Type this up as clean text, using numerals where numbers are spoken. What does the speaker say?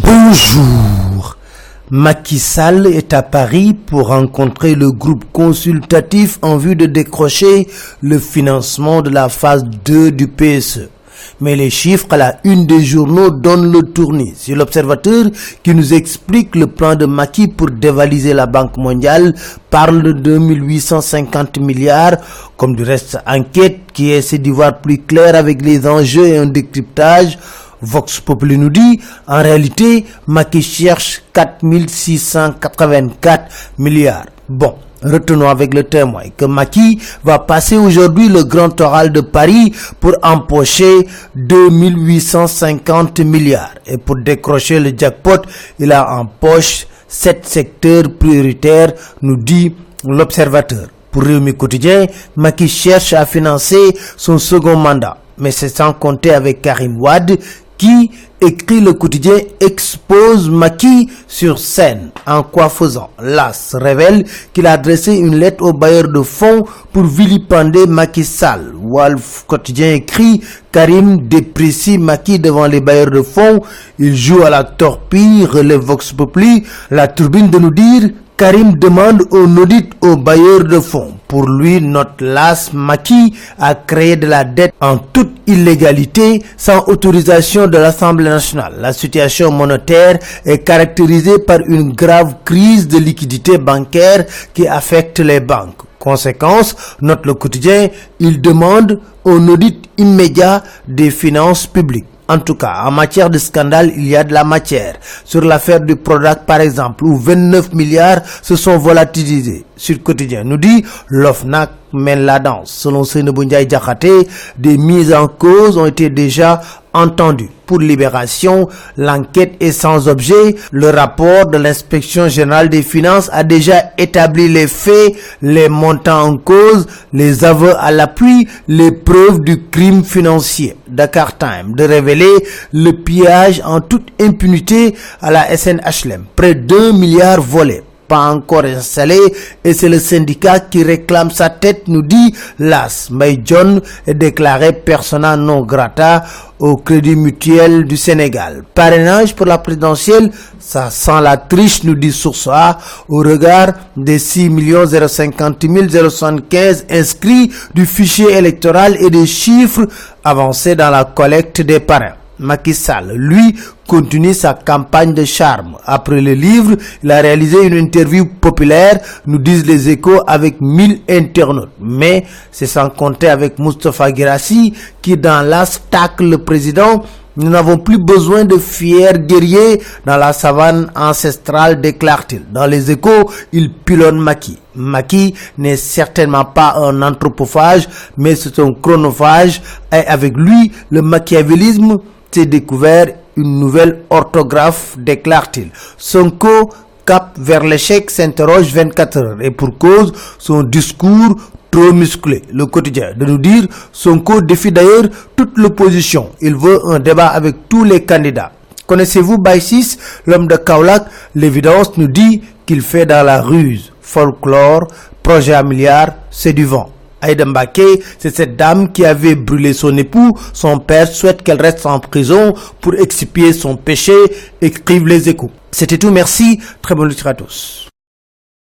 Bonjour. Macky Sall est à Paris pour rencontrer le groupe consultatif en vue de décrocher le financement de la phase 2 du PSE. Mais les chiffres à la une des journaux donnent le tournis. C'est l'Observateur qui nous explique le plan de Macky pour dévaliser la Banque mondiale, parle de 2850 milliards, comme du reste Enquête qui essaie d'y voir plus clair avec les enjeux et un décryptage. Vox Populi nous dit, en réalité, Macky cherche 4684 milliards. Bon, retenons avec le Témoin que Macky va passer aujourd'hui le grand oral de Paris pour empocher 2850 milliards. Et pour décrocher le jackpot, il a en poche 7 secteurs prioritaires, nous dit l'Observateur. Pour Rewmi Quotidien, Macky cherche à financer son second mandat. Mais c'est sans compter avec Karim Wade, qui, écrit le quotidien, expose Macky sur scène. En quoi faisant? L'As révèle qu'il a adressé une lettre au bailleur de fonds pour vilipender Macky Sall. Walf Quotidien écrit, Karim déprécie Macky devant les bailleurs de fonds. Il joue à la torpille, relève Vox Populi. La Tribune de nous dire, Karim demande un audit aux bailleurs de fonds. Pour lui, notre L'As, Macky a créé de la dette en toute illégalité, sans autorisation de l'Assemblée nationale. La situation monétaire est caractérisée par une grave crise de liquidité bancaire qui affecte les banques. Conséquence, note le quotidien, il demande un audit immédiat des finances publiques. En tout cas, en matière de scandale, il y a de la matière. Sur l'affaire du Prodac, par exemple, où 29 milliards se sont volatilisés. Sud Quotidien nous dit, l'OFNAC mène la danse. Selon Seynabou Ndiaye Diakhaté, des mises en cause ont été déjà entendues. Pour Libération, l'enquête est sans objet. Le rapport de l'inspection générale des finances a déjà établi les faits, les montants en cause, les aveux à l'appui, les preuves du crime financier. Dakar Time de révéler le pillage en toute impunité à la SNHLM. Près d'1 milliard volé. Pas encore installé, et c'est le syndicat qui réclame sa tête, nous dit L'As. Mbaye Dione est déclaré persona non grata au Crédit Mutuel du Sénégal. Parrainage pour la présidentielle, ça sent la triche, nous dit Source A, au regard des 6 050 075 inscrits du fichier électoral et des chiffres avancés dans la collecte des parrains. Macky Sall, lui, continue sa campagne de charme. Après le livre, il a réalisé une interview populaire, nous disent les Échos, avec 1000 internautes. Mais c'est sans compter avec Moustapha Guirassy, qui dans l'As tacle le président. Nous n'avons plus besoin de fiers guerriers dans la savane ancestrale, déclare-t-il. Dans les Échos, il pilonne Macky. Macky n'est certainement pas un anthropophage, mais c'est un chronophage. Et avec lui, le machiavélisme s'est découvert une nouvelle orthographe, déclare-t-il. Sonko, cap vers l'échec, s'interroge 24 heures. Et pour cause, son discours trop musclé. Le quotidien de nous dire, Sonko défie d'ailleurs toute l'opposition. Il veut un débat avec tous les candidats. Connaissez-vous Baïsis, l'homme de Kaolack? L'évidence nous dit qu'il fait dans la ruse. Folklore, projet à milliards, c'est du vent. Aïda Mbacké, c'est cette dame qui avait brûlé son époux. Son père souhaite qu'elle reste en prison pour expier son péché, écrivent les Échos. C'était tout, merci, très bonne lecture à tous.